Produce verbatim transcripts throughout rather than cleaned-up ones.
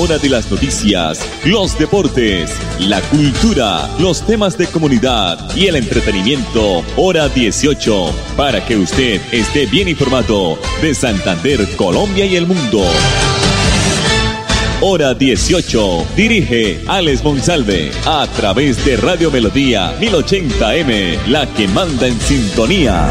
hora de las noticias, los deportes, la cultura, los temas de comunidad y el entretenimiento. Hora dieciocho, para que usted esté bien informado de Santander, Colombia y el mundo. Hora dieciocho, dirige Alex Monsalve, a través de Radio Melodía mil ochenta eme, la que manda en sintonía.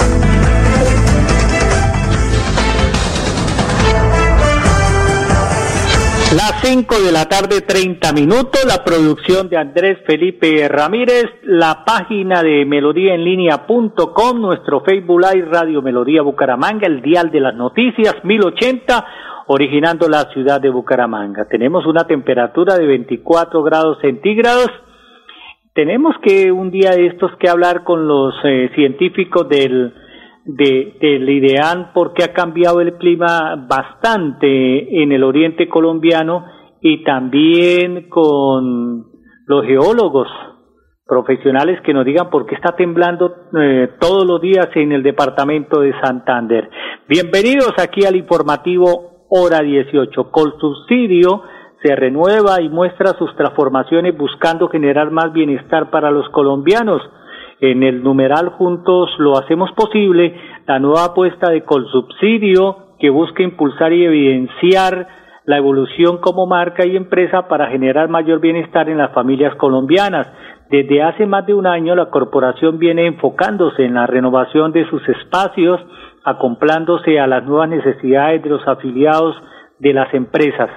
Las cinco de la tarde, treinta minutos, la producción de Andrés Felipe Ramírez, la página de melodía en línea punto com, nuestro Facebook Live Radio Melodía Bucaramanga, el dial de las noticias mil ochenta, originando la ciudad de Bucaramanga. Tenemos una temperatura de veinticuatro grados centígrados. Tenemos que un día de estos que hablar con los eh, científicos del de del IDEAN, porque ha cambiado el clima bastante en el oriente colombiano, y también con los geólogos profesionales que nos digan por qué está temblando eh, todos los días en el departamento de Santander. Bienvenidos aquí al informativo Hora dieciocho. Colsubsidio se renueva y muestra sus transformaciones buscando generar más bienestar para los colombianos. En el numeral Juntos lo hacemos posible, la nueva apuesta de Colsubsidio, que busca impulsar y evidenciar la evolución como marca y empresa para generar mayor bienestar en las familias colombianas. Desde hace más de un año, la corporación viene enfocándose en la renovación de sus espacios, acoplándose a las nuevas necesidades de los afiliados de las empresas.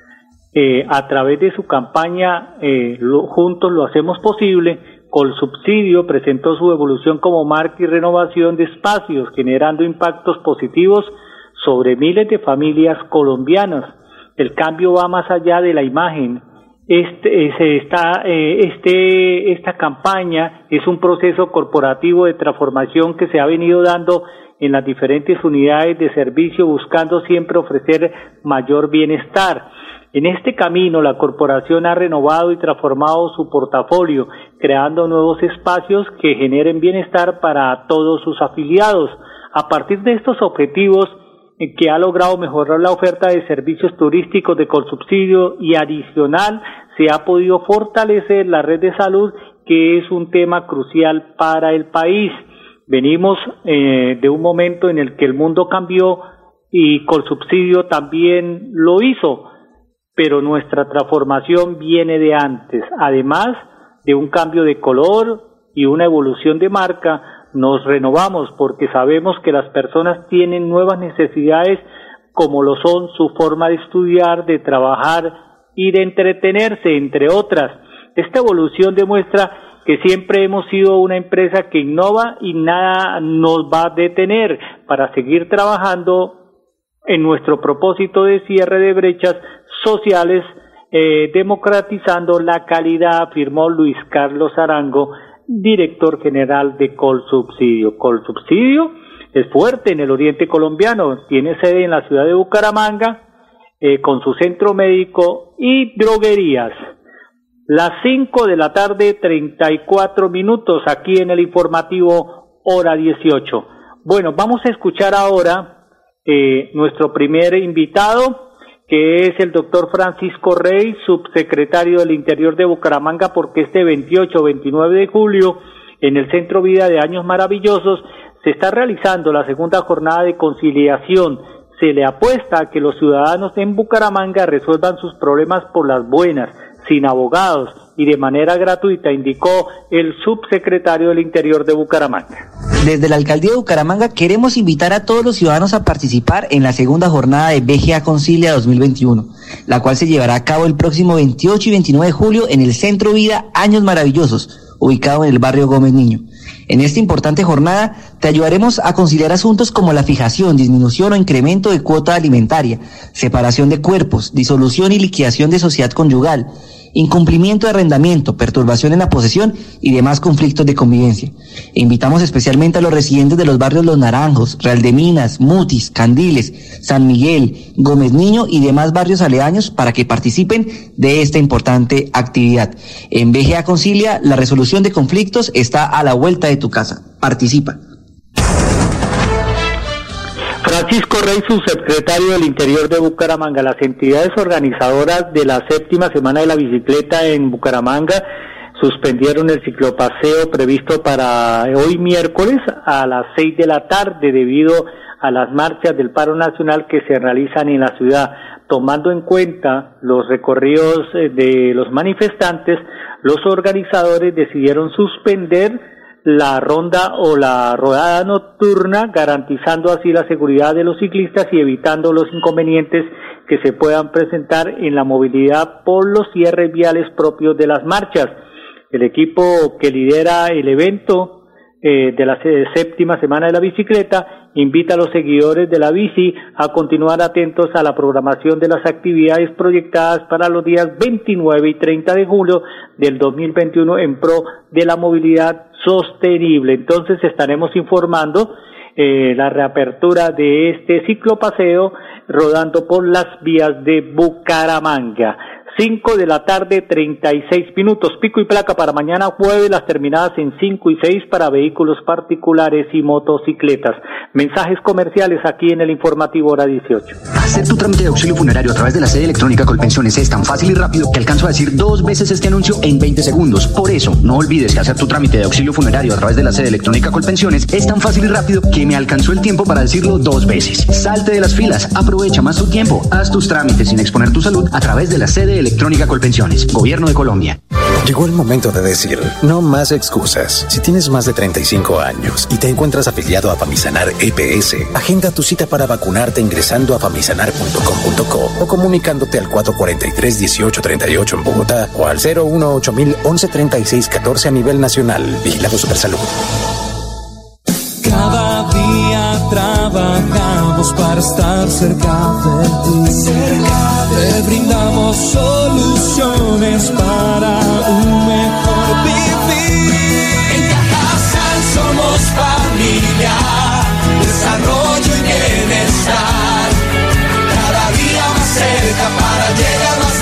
Eh, a través de su campaña eh, lo, Juntos lo hacemos posible, Colsubsidio presentó su evolución como marca y renovación de espacios, generando impactos positivos sobre miles de familias colombianas. El cambio va más allá de la imagen. Este, se está, eh, este, esta campaña es un proceso corporativo de transformación que se ha venido dando en las diferentes unidades de servicio, buscando siempre ofrecer mayor bienestar. En este camino, la corporación ha renovado y transformado su portafolio, creando nuevos espacios que generen bienestar para todos sus afiliados. A partir de estos objetivos, que ha logrado mejorar la oferta de servicios turísticos de Colsubsidio, y adicional se ha podido fortalecer la red de salud, que es un tema crucial para el país. Venimos eh, de un momento en el que el mundo cambió y Colsubsidio también lo hizo, pero nuestra transformación viene de antes. Además de un cambio de color y una evolución de marca, nos renovamos porque sabemos que las personas tienen nuevas necesidades, como lo son su forma de estudiar, de trabajar y de entretenerse, entre otras. Esta evolución demuestra que siempre hemos sido una empresa que innova y nada nos va a detener para seguir trabajando en nuestro propósito de cierre de brechas sociales, eh, democratizando la calidad, afirmó Luis Carlos Arango, director general de Colsubsidio. Colsubsidio es fuerte en el oriente colombiano, tiene sede en la ciudad de Bucaramanga, eh, con su centro médico y droguerías. Las cinco de la tarde, treinta y cuatro minutos, aquí en el informativo Hora dieciocho. Bueno, vamos a escuchar ahora eh, nuestro primer invitado, que es el doctor Francisco Rey, subsecretario del Interior de Bucaramanga, porque este veintiocho, veintinueve de julio, en el Centro Vida de Años Maravillosos, se está realizando la segunda jornada de conciliación. Se le apuesta a que los ciudadanos en Bucaramanga resuelvan sus problemas por las buenas, sin abogados y de manera gratuita, indicó el subsecretario del Interior de Bucaramanga. Desde la Alcaldía de Bucaramanga queremos invitar a todos los ciudadanos a participar en la segunda jornada de V G A Concilia dos mil veintiuno, la cual se llevará a cabo el próximo veintiocho y veintinueve de julio en el Centro Vida Años Maravillosos, ubicado en el barrio Gómez Niño. En esta importante jornada te ayudaremos a conciliar asuntos como la fijación, disminución o incremento de cuota alimentaria, separación de cuerpos, disolución y liquidación de sociedad conyugal, incumplimiento de arrendamiento, perturbación en la posesión y demás conflictos de convivencia. E invitamos especialmente a los residentes de los barrios Los Naranjos, Real de Minas, Mutis, Candiles, San Miguel, Gómez Niño y demás barrios aledaños para que participen de esta importante actividad. En V G A Concilia, la resolución de conflictos está a la vuelta de tu casa. Participa. Francisco Rey, subsecretario del Interior de Bucaramanga. Las entidades organizadoras de la séptima semana de la bicicleta en Bucaramanga suspendieron el ciclopaseo previsto para hoy miércoles a las seis de la tarde debido a las marchas del paro nacional que se realizan en la ciudad. Tomando en cuenta los recorridos de los manifestantes, los organizadores decidieron suspender la ronda o la rodada nocturna, garantizando así la seguridad de los ciclistas y evitando los inconvenientes que se puedan presentar en la movilidad por los cierres viales propios de las marchas. El equipo que lidera el evento eh, de la séptima semana de la bicicleta invita a los seguidores de la bici a continuar atentos a la programación de las actividades proyectadas para los días veintinueve y treinta de julio del dos mil veintiuno en pro de la movilidad sostenible. Entonces estaremos informando eh, la reapertura de este ciclopaseo rodando por las vías de Bucaramanga. cinco de la tarde, treinta y seis minutos, pico y placa para mañana jueves, las terminadas en cinco y seis para vehículos particulares y motocicletas. Mensajes comerciales aquí en el informativo hora dieciocho. Hacer tu trámite de auxilio funerario a través de la sede electrónica Colpensiones es tan fácil y rápido que alcanzo a decir dos veces este anuncio en veinte segundos. Por eso, no olvides que hacer tu trámite de auxilio funerario a través de la sede electrónica Colpensiones es tan fácil y rápido que me alcanzó el tiempo para decirlo dos veces. Salte de las filas, aprovecha más tu tiempo, haz tus trámites sin exponer tu salud a través de la sede electrónica Electrónica Colpensiones, Gobierno de Colombia. Llegó el momento de decir, no más excusas. Si tienes más de treinta y cinco años y te encuentras afiliado a Famisanar E P S, agenda tu cita para vacunarte ingresando a famisanar punto com punto co o comunicándote al cuatro cuatro tres, dieciocho treinta y ocho en Bogotá o al cero uno ocho mil once treinta y seis catorce a nivel nacional. Vigilado Supersalud. Cada día trabajamos para estar cerca de ti. Cerca te brindamos soluciones para un mejor vivir. En Cajasal somos familia, desarrollo y bienestar. Cada día más cerca para llegar más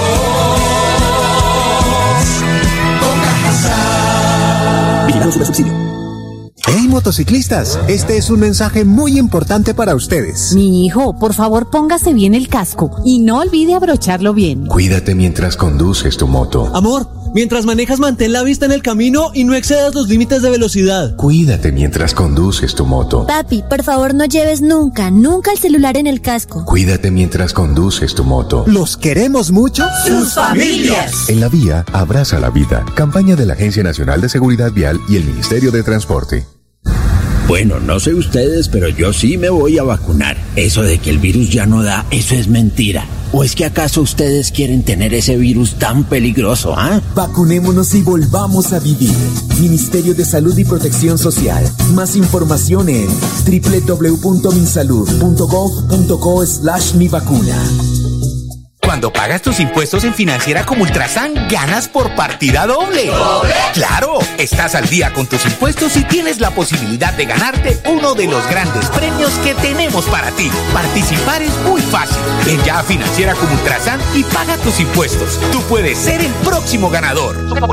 lejos. Con Cajasal. Vigilado Supersubsidio. ¡Hey, motociclistas! Este es un mensaje muy importante para ustedes. Mi hijo, por favor, póngase bien el casco y no olvide abrocharlo bien. Cuídate mientras conduces tu moto. Amor, mientras manejas mantén la vista en el camino y no excedas los límites de velocidad. Cuídate mientras conduces tu moto. Papi, por favor, no lleves nunca, nunca el celular en el casco. Cuídate mientras conduces tu moto. ¿Los queremos mucho? ¡Sus familias! En la vía, abraza la vida. Campaña de la Agencia Nacional de Seguridad Vial y el Ministerio de Transporte. Bueno, no sé ustedes, pero yo sí me voy a vacunar. Eso de que el virus ya no da, eso es mentira. ¿O es que acaso ustedes quieren tener ese virus tan peligroso, ah? ¿eh? Vacunémonos y volvamos a vivir. Ministerio de Salud y Protección Social. Más información en doble u doble u doble u punto minsalud punto gov punto co slash mi vacuna. Cuando pagas tus impuestos en Financiera como Ultrasan, ganas por partida doble. ¿Doble? ¡Claro! Estás al día con tus impuestos y tienes la posibilidad de ganarte uno de los grandes premios que tenemos para ti. Participar es muy fácil. Ven ya a Financiera como Ultrasan y paga tus impuestos. Tú puedes ser el próximo ganador.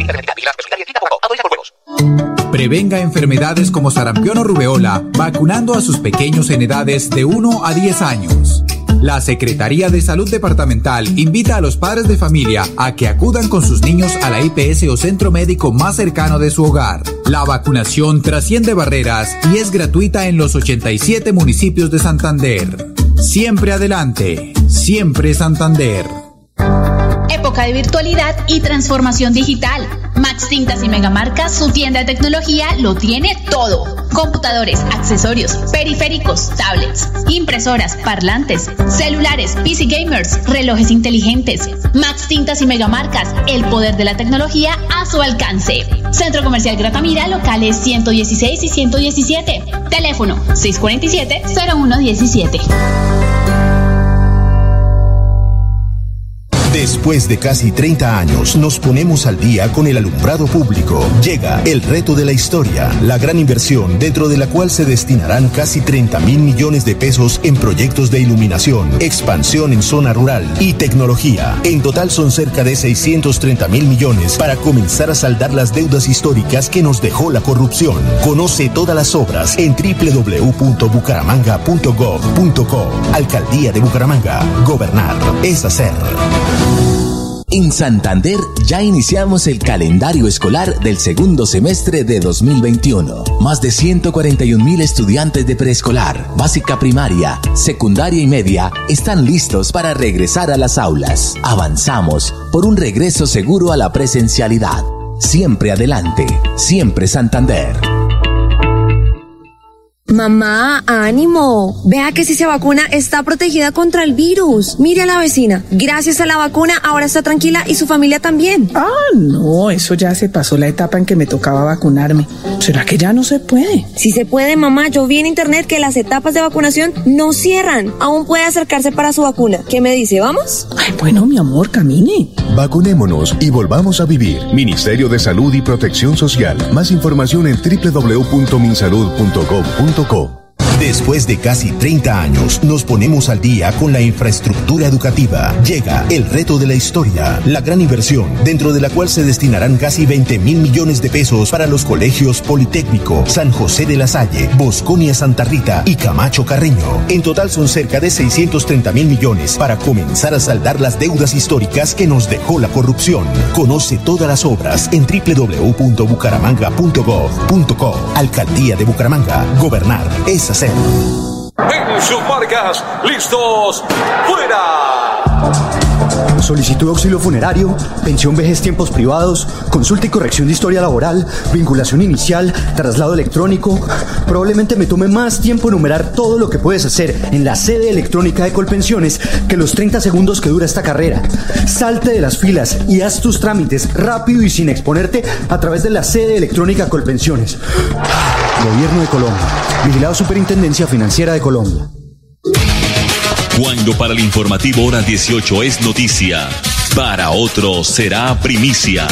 Prevenga enfermedades como sarampión o rubeola, vacunando a sus pequeños en edades de uno a diez años. La Secretaría de Salud Departamental invita a los padres de familia a que acudan con sus niños a la I P S o centro médico más cercano de su hogar. La vacunación trasciende barreras y es gratuita en los ochenta y siete municipios de Santander. Siempre adelante, siempre Santander. Época de virtualidad y transformación digital. Max Tintas y Megamarcas, su tienda de tecnología, lo tiene todo. Computadores, accesorios, periféricos, tablets, impresoras, parlantes, celulares, P C gamers, relojes inteligentes. Max Tintas y Megamarcas, el poder de la tecnología a su alcance. Centro Comercial Gratamira, locales ciento dieciséis y ciento diecisiete. Teléfono seis cuatro siete, cero uno uno siete. Después de casi treinta años, nos ponemos al día con el alumbrado público. Llega el reto de la historia, la gran inversión dentro de la cual se destinarán casi treinta mil millones de pesos en proyectos de iluminación, expansión en zona rural y tecnología. En total son cerca de seiscientos treinta mil millones para comenzar a saldar las deudas históricas que nos dejó la corrupción. Conoce todas las obras en doble u doble u doble u punto bucaramanga punto gov punto co. Alcaldía de Bucaramanga. Gobernar es hacer. En Santander ya iniciamos el calendario escolar del segundo semestre de dos mil veintiuno. Más de ciento cuarenta y un mil estudiantes de preescolar, básica primaria, secundaria y media están listos para regresar a las aulas. Avanzamos por un regreso seguro a la presencialidad. Siempre adelante, siempre Santander. Mamá, ánimo. Vea que si se vacuna está protegida contra el virus. Mire a la vecina. Gracias a la vacuna ahora está tranquila y su familia también. Ah, no, eso ya se pasó la etapa en que me tocaba vacunarme. ¿Será que ya no se puede? Sí se puede, mamá. Yo vi en internet que las etapas de vacunación no cierran. Aún puede acercarse para su vacuna. ¿Qué me dice? ¿Vamos? Ay, bueno, mi amor, camine. Vacunémonos y volvamos a vivir. Ministerio de Salud y Protección Social. Más información en doble u doble u doble u punto minsalud punto gov punto co. Después de casi treinta años, nos ponemos al día con la infraestructura educativa. Llega el reto de la historia, la gran inversión, dentro de la cual se destinarán casi veinte mil millones de pesos para los colegios Politécnico, San José de la Salle, Bosconia Santa Rita y Camacho Carreño. En total son cerca de seiscientos treinta mil millones para comenzar a saldar las deudas históricas que nos dejó la corrupción. Conoce todas las obras en doble u doble u doble u punto bucaramanga punto gov punto co. Alcaldía de Bucaramanga. Gobernar es hacer. En sus marcas, listos, fuera. Solicitud de auxilio funerario, pensión vejez tiempos privados, consulta y corrección de historia laboral, vinculación inicial, traslado electrónico. Probablemente me tome más tiempo enumerar todo lo que puedes hacer en la sede electrónica de Colpensiones que los treinta segundos que dura esta carrera. Salte de las filas y haz tus trámites rápido y sin exponerte a través de la sede electrónica Colpensiones. Gobierno de Colombia. Vigilado Superintendencia Financiera de Colombia. Cuando para el informativo hora dieciocho es noticia, para otros será primicia.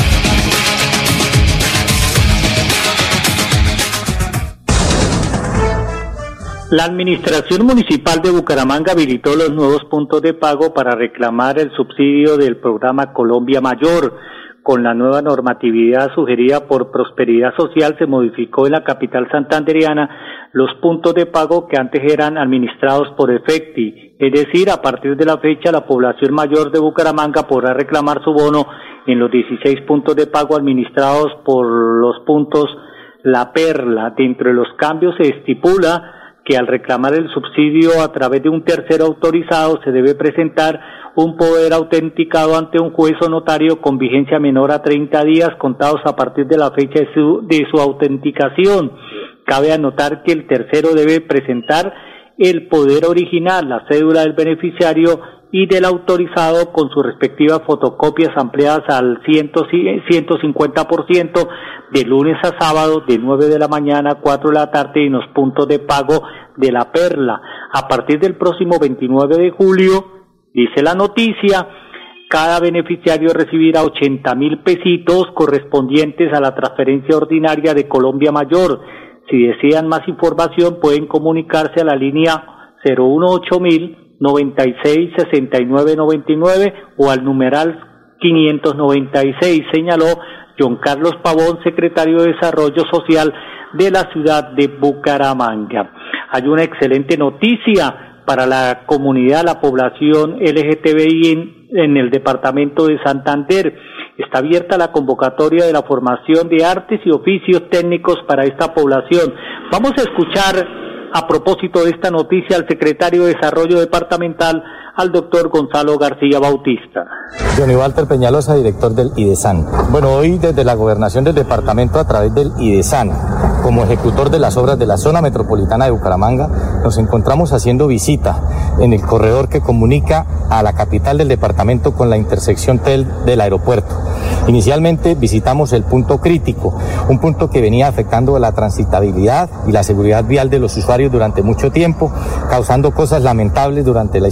La Administración Municipal de Bucaramanga habilitó los nuevos puntos de pago para reclamar el subsidio del programa Colombia Mayor. Con la nueva normatividad sugerida por Prosperidad Social se modificó en la capital santandereana los puntos de pago que antes eran administrados por Efecti, es decir, a partir de la fecha la población mayor de Bucaramanga podrá reclamar su bono en los dieciséis puntos de pago administrados por los puntos La Perla. Dentro de los cambios se estipula que al reclamar el subsidio a través de un tercero autorizado se debe presentar un poder autenticado ante un juez o notario con vigencia menor a treinta días contados a partir de la fecha de su, de su autenticación. Cabe anotar que el tercero debe presentar el poder original, la cédula del beneficiario y del autorizado con sus respectivas fotocopias ampliadas al ciento cincuenta por ciento de lunes a sábado de nueve de la mañana a cuatro de la tarde en los puntos de pago de La Perla. A partir del próximo veintinueve de julio, dice la noticia, cada beneficiario recibirá ochenta mil pesitos correspondientes a la transferencia ordinaria de Colombia Mayor. Si desean más información pueden comunicarse a la línea cero uno ocho mil noventa y seis sesenta y nueve noventa y nueve o al numeral quinientos noventa y seis, señaló John Carlos Pavón, secretario de Desarrollo Social de la ciudad de Bucaramanga. Hay una excelente noticia para la comunidad, la población L G T B I en, en el departamento de Santander. Está abierta la convocatoria de la formación de artes y oficios técnicos para esta población. Vamos a escuchar, a propósito de esta noticia, al secretario de Desarrollo Departamental, al doctor Gonzalo García Bautista. Johnny Walter Peñalosa, director del IDESAN. Bueno, hoy desde la gobernación del departamento a través del IDESAN, como ejecutor de las obras de la zona metropolitana de Bucaramanga, nos encontramos haciendo visita en el corredor que comunica a la capital del departamento con la intersección Tel del aeropuerto. Inicialmente visitamos el punto crítico, un punto que venía afectando la transitabilidad y la seguridad vial de los usuarios durante mucho tiempo, causando cosas lamentables durante la historia.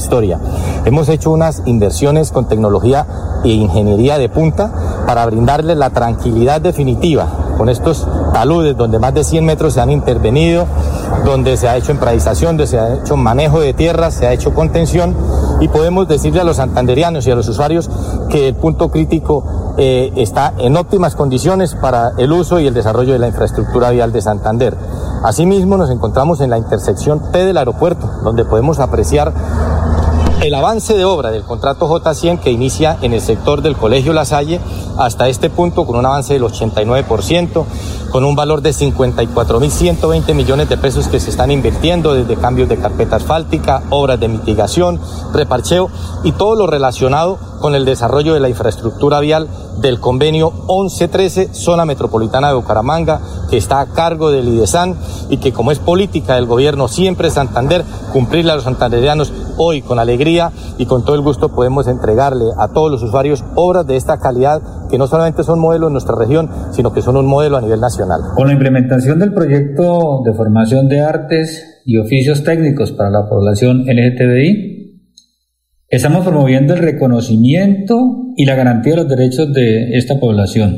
Hemos hecho unas inversiones con tecnología e ingeniería de punta para brindarles la tranquilidad definitiva con estos taludes donde más de cien metros se han intervenido, donde se ha hecho empradización, donde se ha hecho manejo de tierras, se ha hecho contención, y podemos decirle a los santanderianos y a los usuarios que el punto crítico eh, está en óptimas condiciones para el uso y el desarrollo de la infraestructura vial de Santander. Asimismo, nos encontramos en la intersección P del aeropuerto, donde podemos apreciar el avance de obra del contrato J cien que inicia en el sector del Colegio La Salle hasta este punto con un avance del ochenta y nueve por ciento, con un valor de cincuenta y cuatro mil ciento veinte millones de pesos que se están invirtiendo desde cambios de carpeta asfáltica, obras de mitigación, reparcheo y todo lo relacionado con el desarrollo de la infraestructura vial del convenio once trece Zona Metropolitana de Bucaramanga, que está a cargo del IDESAN y que, como es política del gobierno siempre Santander, cumplirle a los santanderianos hoy con alegría y con todo el gusto podemos entregarle a todos los usuarios obras de esta calidad que no solamente son modelo en nuestra región, sino que son un modelo a nivel nacional. Con la implementación del proyecto de formación de artes y oficios técnicos para la población L G T B I, estamos promoviendo el reconocimiento y la garantía de los derechos de esta población.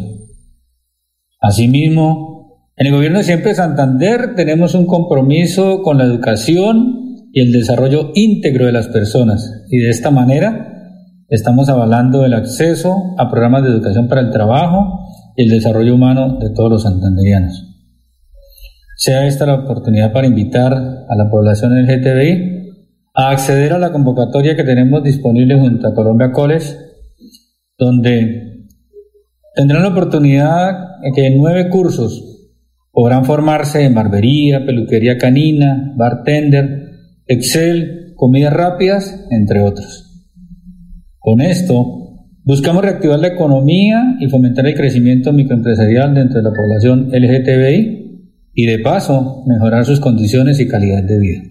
Asimismo, en el gobierno de Siempre Santander tenemos un compromiso con la educación y el desarrollo íntegro de las personas, y de esta manera estamos avalando el acceso a programas de educación para el trabajo y el desarrollo humano de todos los santanderianos. Sea esta la oportunidad para invitar a la población L G T B I a acceder a la convocatoria que tenemos disponible junto a Colombia College, donde tendrán la oportunidad de que en nueve cursos podrán formarse en barbería, peluquería canina, bartender, Excel, comidas rápidas, entre otros. Con esto, buscamos reactivar la economía y fomentar el crecimiento microempresarial dentro de la población L G T B I y, de paso, mejorar sus condiciones y calidad de vida.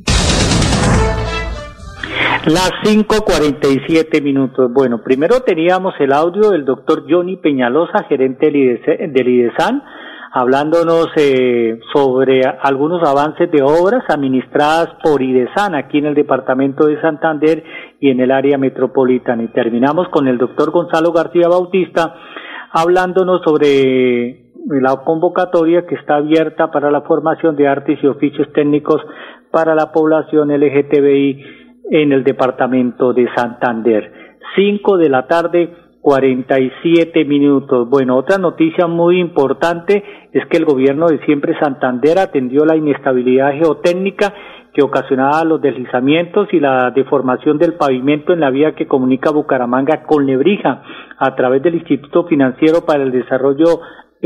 Las cinco cuarenta y siete minutos. Bueno, primero teníamos el audio del doctor Johnny Peñalosa, gerente del IDESAN, hablándonos eh, sobre algunos avances de obras administradas por IDESAN aquí en el departamento de Santander y en el área metropolitana. Y terminamos con el doctor Gonzalo García Bautista hablándonos sobre la convocatoria que está abierta para la formación de artes y oficios técnicos para la población L G T B I en el departamento de Santander. Cinco de la tarde, cuarenta y siete minutos. Bueno, otra noticia muy importante es que el gobierno de Siempre Santander atendió la inestabilidad geotécnica que ocasionaba los deslizamientos y la deformación del pavimento en la vía que comunica Bucaramanga con Lebrija a través del Instituto Financiero para el Desarrollo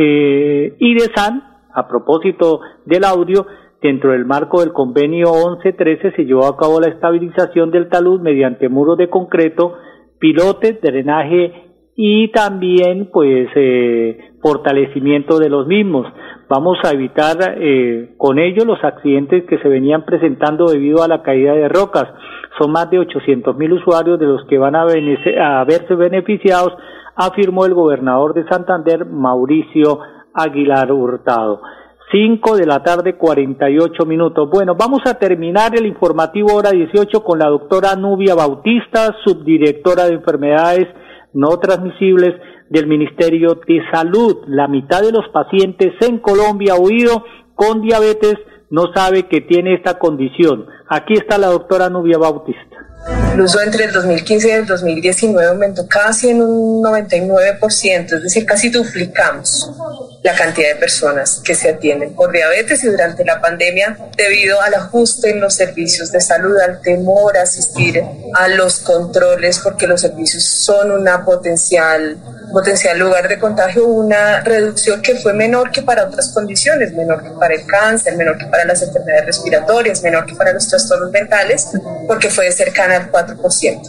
eh, IDESAN. A propósito del audio, dentro del marco del convenio once trece se llevó a cabo la estabilización del talud mediante muros de concreto, pilotes, drenaje y también pues eh, fortalecimiento de los mismos. Vamos a evitar eh, con ello los accidentes que se venían presentando debido a la caída de rocas. Son más de ochocientos mil usuarios de los que van a, bene- a verse beneficiados, afirmó el gobernador de Santander, Mauricio Aguilar Hurtado. Cinco de la tarde, cuarenta y ocho minutos. Bueno, vamos a terminar el informativo hora dieciocho con la doctora Nubia Bautista, subdirectora de enfermedades no transmisibles del Ministerio de Salud. La mitad de los pacientes en Colombia oído con diabetes no sabe que tiene esta condición. Aquí está la doctora Nubia Bautista. Incluso entre el dos mil quince y el dos mil diecinueve aumentó casi en un noventa y nueve por ciento, es decir, casi duplicamos la cantidad de personas que se atienden por diabetes, y durante la pandemia, debido al ajuste en los servicios de salud, al temor a asistir a los controles porque los servicios son una potencial, potencial lugar de contagio, una reducción que fue menor que para otras condiciones, menor que para el cáncer, menor que para las enfermedades respiratorias, menor que para los trastornos mentales, porque fue cercana al cuatro por ciento.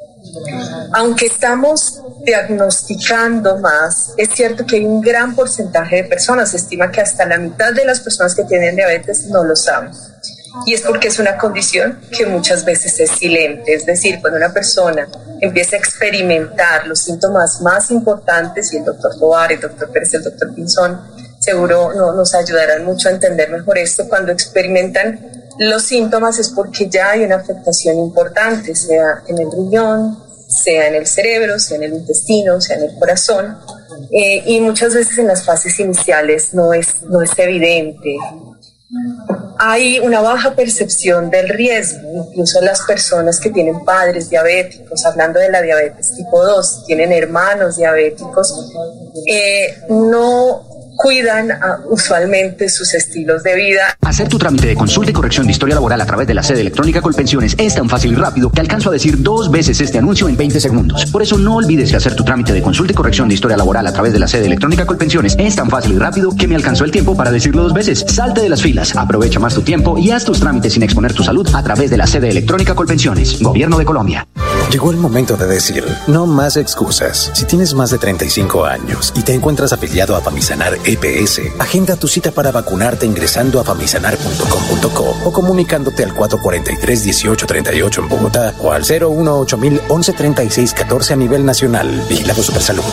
Aunque estamos diagnosticando más, es cierto que hay un gran porcentaje de personas, se estima que hasta la mitad de las personas que tienen diabetes no lo saben. Y es porque es una condición que muchas veces es silente, es decir, cuando una persona empieza a experimentar los síntomas más importantes, y el doctor Tovar, el doctor Pérez, el doctor Pinzón, seguro no, nos ayudarán mucho a entender mejor esto, cuando experimentan los síntomas es porque ya hay una afectación importante, sea en el riñón, sea en el cerebro, sea en el intestino, sea en el corazón, eh, y muchas veces en las fases iniciales no es, no es evidente. Hay una baja percepción del riesgo, incluso las personas que tienen padres diabéticos, hablando de la diabetes tipo dos, tienen hermanos diabéticos, eh, no cuidan uh, usualmente sus estilos de vida. Hacer tu trámite de consulta y corrección de historia laboral a través de la sede electrónica Colpensiones es tan fácil y rápido que alcanzo a decir dos veces este anuncio en veinte segundos. Por eso no olvides que hacer tu trámite de consulta y corrección de historia laboral a través de la sede electrónica Colpensiones es tan fácil y rápido que me alcanzó el tiempo para decirlo dos veces. Salte de las filas, aprovecha más tu tiempo y haz tus trámites sin exponer tu salud a través de la sede electrónica Colpensiones. Gobierno de Colombia. Llegó el momento de decir no más excusas. Si tienes más de treinta y cinco años y te encuentras afiliado a Famisanar E P S, agenda tu cita para vacunarte ingresando a famisanar punto com punto co o comunicándote al cuatro cuatro tres, dieciocho treinta y ocho en Bogotá o al cero uno ocho mil once treinta y seis catorce a nivel nacional. Vigilado Supersalud.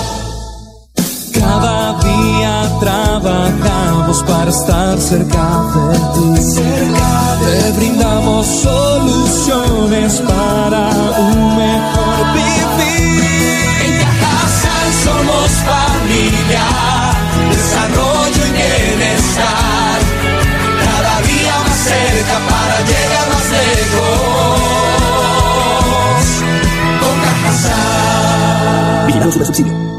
Cada día trabajamos para estar cerca de ti. Cerca de Te brindamos soluciones para un mejor vivir. En Cajasal somos familia, desarrollo y bienestar. Cada día más cerca para llegar más lejos. Con Cajasal. Vigilado Supersubsidio.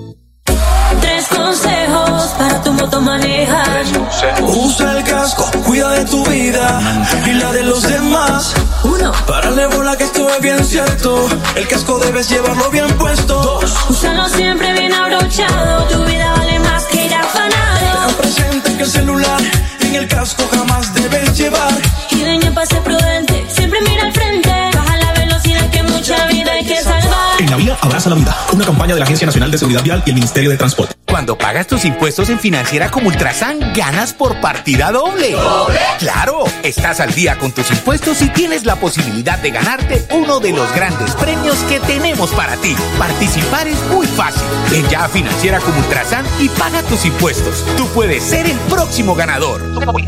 Para tu moto manejar. Usa el casco, cuida de tu vida y la de los demás. Uno, párale bola que esto es bien cierto. El casco debes llevarlo bien puesto. Dos, úsalo siempre bien abrochado. Tu vida vale más que ir afanado. Ten presente que el celular en el casco jamás debes llevar. Y de pase prudente, siempre mira al frente. Baja la velocidad que mucha vida hay que salvar. En la vía abraza la vida. Una campaña de la Agencia Nacional de Seguridad Vial y el Ministerio de Transporte. Cuando pagas tus impuestos en Financiera como Ultrasan, ganas por partida doble. ¿Doble? ¡Claro! Estás al día con tus impuestos y tienes la posibilidad de ganarte uno de los grandes premios que tenemos para ti. Participar es muy fácil. Ven ya a Financiera como Ultrasan y paga tus impuestos. Tú puedes ser el próximo ganador.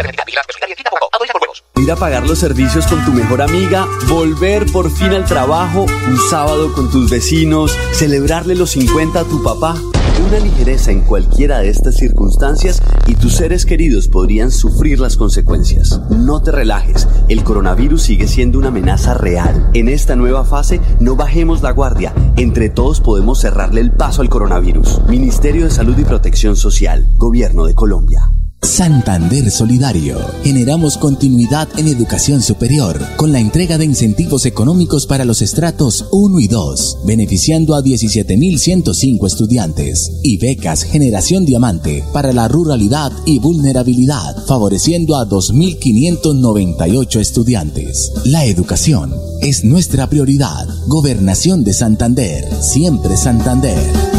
Ir a pagar los servicios con tu mejor amiga, volver por fin al trabajo, un sábado con tus vecinos, celebrarle los cincuenta a tu papá. Una ligereza en cualquiera de estas circunstancias y tus seres queridos podrían sufrir las consecuencias. No te relajes, el coronavirus sigue siendo una amenaza real. En esta nueva fase, no bajemos la guardia. Entre todos podemos cerrarle el paso al coronavirus. Ministerio de Salud y Protección Social, Gobierno de Colombia. Santander Solidario. Generamos continuidad en educación superior con la entrega de incentivos económicos para los estratos uno y dos, beneficiando a diecisiete mil ciento cinco estudiantes, y becas Generación Diamante para la ruralidad y vulnerabilidad, favoreciendo a dos mil quinientos noventa y ocho estudiantes. La educación es nuestra prioridad. Gobernación de Santander, siempre Santander.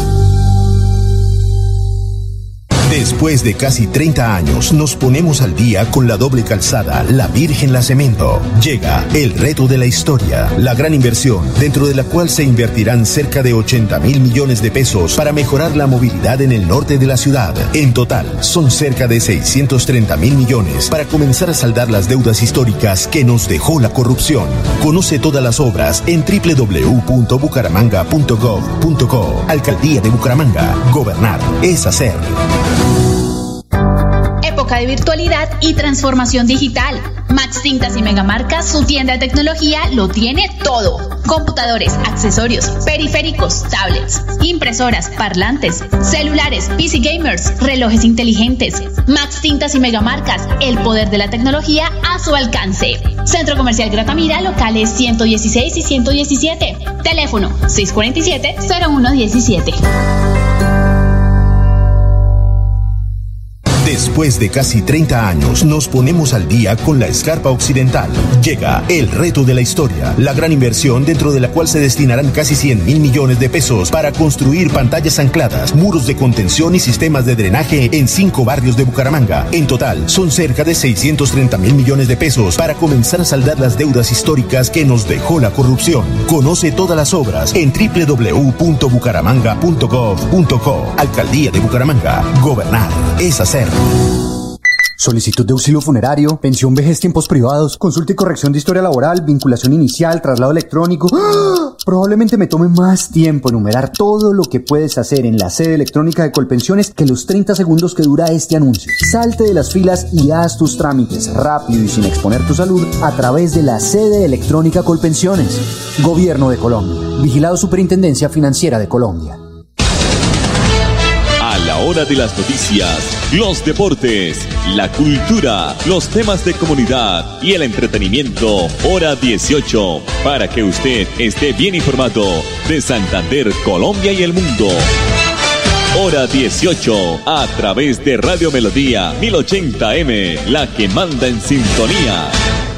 Después de casi treinta años, nos ponemos al día con la doble calzada La Virgen La Cemento. Llega el reto de la historia, la gran inversión, dentro de la cual se invertirán cerca de ochenta mil millones de pesos para mejorar la movilidad en el norte de la ciudad. En total, son cerca de seiscientos treinta mil millones para comenzar a saldar las deudas históricas que nos dejó la corrupción. Conoce todas las obras en doble u doble u doble u punto bucaramanga punto gov punto co. Alcaldía de Bucaramanga. Gobernar es hacer. Época de virtualidad y transformación digital. Max Tintas y Megamarcas, su tienda de tecnología, lo tiene todo. Computadores, accesorios, periféricos, tablets, impresoras, parlantes, celulares, P C gamers, relojes inteligentes. Max Tintas y Megamarcas, el poder de la tecnología a su alcance. Centro Comercial Gratamira, locales ciento dieciséis y ciento diecisiete. Teléfono seis cuatro siete, cero uno uno siete. Después de casi treinta años, nos ponemos al día con la Escarpa Occidental. Llega el reto de la historia, la gran inversión dentro de la cual se destinarán casi cien mil millones de pesos para construir pantallas ancladas, muros de contención y sistemas de drenaje en cinco barrios de Bucaramanga. En total, son cerca de seiscientos treinta mil millones de pesos para comenzar a saldar las deudas históricas que nos dejó la corrupción. Conoce todas las obras en doble u doble u doble u punto bucaramanga punto gov punto co. Alcaldía de Bucaramanga. Gobernar es hacer. Solicitud de auxilio funerario, pensión vejez tiempos privados, consulta y corrección de historia laboral, vinculación inicial, traslado electrónico. ¡Ah! Probablemente me tome más tiempo enumerar todo lo que puedes hacer en la sede electrónica de Colpensiones que los treinta segundos que dura este anuncio. Salte de las filas y haz tus trámites rápido y sin exponer tu salud a través de la sede electrónica Colpensiones. Gobierno de Colombia. Vigilado Superintendencia Financiera de Colombia. A la hora de las noticias, los deportes, la cultura, los temas de comunidad y el entretenimiento, hora dieciocho, para que usted esté bien informado de Santander, Colombia y el mundo. Hora dieciocho, a través de Radio Melodía mil ochenta eme, la que manda en sintonía.